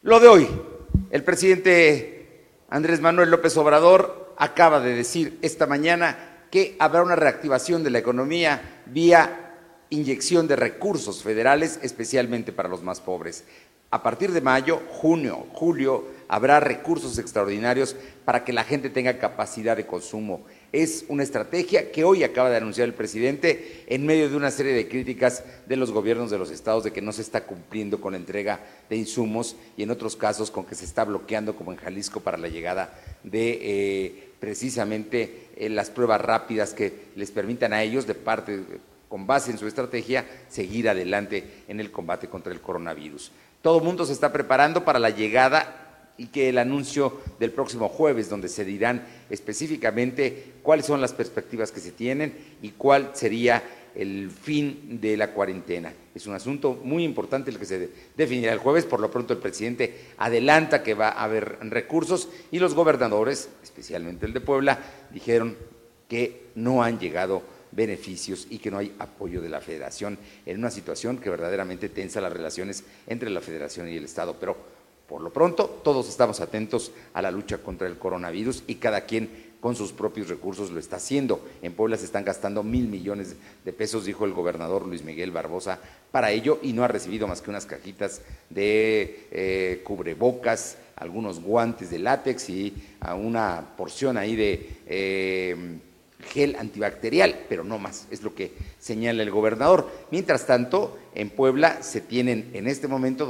Lo de hoy, el presidente Andrés Manuel López Obrador acaba de decir esta mañana que habrá una reactivación de la economía vía inyección de recursos federales, especialmente para los más pobres. A partir de mayo, junio, julio, habrá recursos extraordinarios para que la gente tenga capacidad de consumo. Es una estrategia que hoy acaba de anunciar el presidente en medio de una serie de críticas de los gobiernos de los estados de que no se está cumpliendo con la entrega de insumos y en otros casos con que se está bloqueando, como en Jalisco, para la llegada de precisamente las pruebas rápidas que les permitan a ellos, con base en su estrategia, seguir adelante en el combate contra el coronavirus. Todo el mundo se está preparando para la llegada y que el anuncio del próximo jueves, donde se dirán específicamente cuáles son las perspectivas que se tienen y cuál sería el fin de la cuarentena. Es un asunto muy importante el que se definirá el jueves. Por lo pronto el presidente adelanta que va a haber recursos y los gobernadores, especialmente el de Puebla, dijeron que no han llegado beneficios y que no hay apoyo de la Federación en una situación que verdaderamente tensa las relaciones entre la Federación y el Estado. Pero por lo pronto todos estamos atentos a la lucha contra el coronavirus y cada quien con sus propios recursos lo está haciendo. En Puebla se están gastando 1,000 millones de pesos, dijo el gobernador Luis Miguel Barbosa, para ello, y no ha recibido más que unas cajitas de cubrebocas, algunos guantes de látex y una porción ahí de gel antibacterial, pero no más, es lo que señala el gobernador. Mientras tanto, en Puebla se tienen en este momento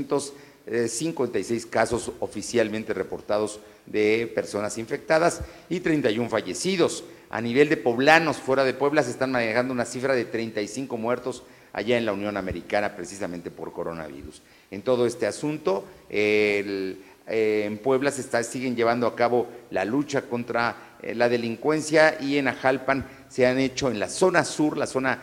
256 casos oficialmente reportados de personas infectadas y 31 fallecidos. A nivel de poblanos fuera de Puebla se están manejando una cifra de 35 muertos allá en la Unión Americana, precisamente por coronavirus. En todo este asunto, en Puebla siguen llevando a cabo la lucha contra la delincuencia y en Ajalpan se han hecho en la zona sur, la zona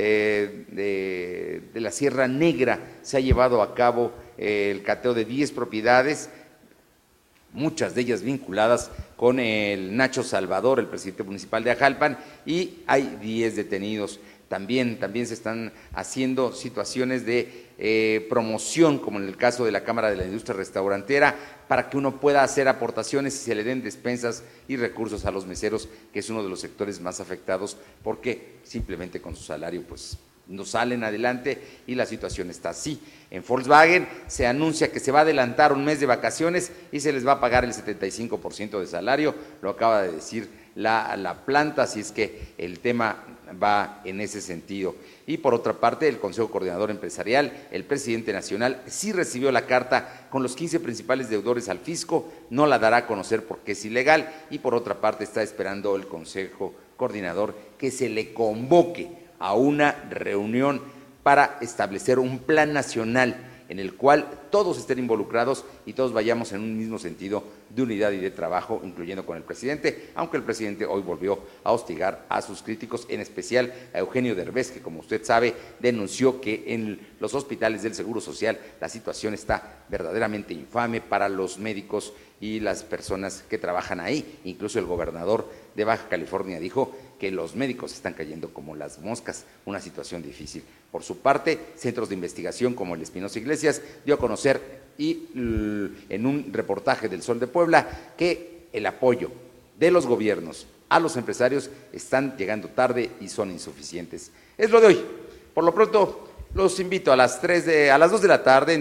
de la Sierra Negra, se ha llevado a cabo el cateo de 10 propiedades, muchas de ellas vinculadas con el Nacho Salvador, el presidente municipal de Ajalpan, y hay 10 detenidos. También se están haciendo situaciones de promoción, como en el caso de la Cámara de la Industria Restaurantera, para que uno pueda hacer aportaciones y se le den despensas y recursos a los meseros, que es uno de los sectores más afectados, porque simplemente con su salario pues no salen adelante y la situación está así. En Volkswagen se anuncia que se va a adelantar un mes de vacaciones y se les va a pagar el 75% de salario, lo acaba de decir la planta, así es que el tema va en ese sentido. Y por otra parte, el Consejo Coordinador Empresarial, el presidente nacional, sí recibió la carta con los 15 principales deudores al fisco, no la dará a conocer porque es ilegal, y por otra parte está esperando el Consejo Coordinador que se le convoque a una reunión para establecer un plan nacional en el cual todos estén involucrados y todos vayamos en un mismo sentido de unidad y de trabajo, incluyendo con el presidente, aunque el presidente hoy volvió a hostigar a sus críticos, en especial a Eugenio Derbez, que como usted sabe, denunció que en los hospitales del Seguro Social la situación está verdaderamente infame para los médicos y las personas que trabajan ahí. Incluso el gobernador de Baja California dijo que los médicos están cayendo como las moscas, una situación difícil. Por su parte, centros de investigación como el Espinosa Iglesias dio a conocer en un reportaje del Sol de Puebla que el apoyo de los gobiernos a los empresarios están llegando tarde y son insuficientes. Es lo de hoy. Por lo pronto, los invito a las 2 de la tarde en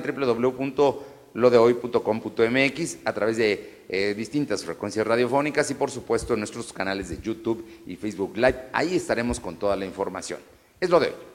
www.lodehoy.com.mx a través de distintas frecuencias radiofónicas y por supuesto en nuestros canales de YouTube y Facebook Live. Ahí estaremos con toda la información. Es lo de hoy.